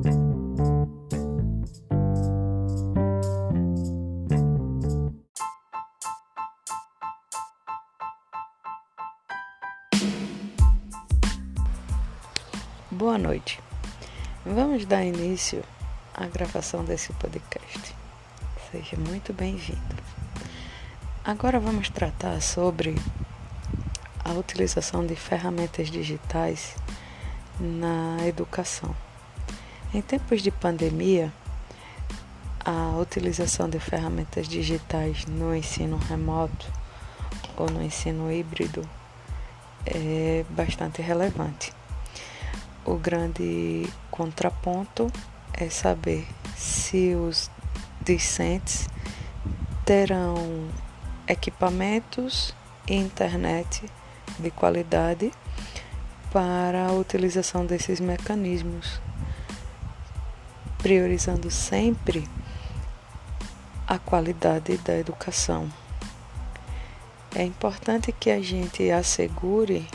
Boa noite. Vamos dar início à gravação desse podcast. Seja muito bem-vindo. Agora vamos tratar sobre a utilização de ferramentas digitais na educação. Em tempos de pandemia, a utilização de ferramentas digitais no ensino remoto ou no ensino híbrido é bastante relevante. O grande contraponto é saber se os discentes terão equipamentos e internet de qualidade para a utilização desses mecanismos, priorizando sempre a qualidade da educação. É importante que a gente assegure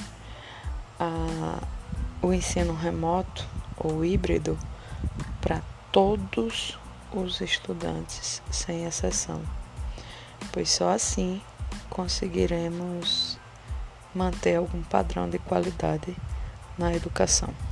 o ensino remoto ou híbrido para todos os estudantes, sem exceção, pois só assim conseguiremos manter algum padrão de qualidade na educação.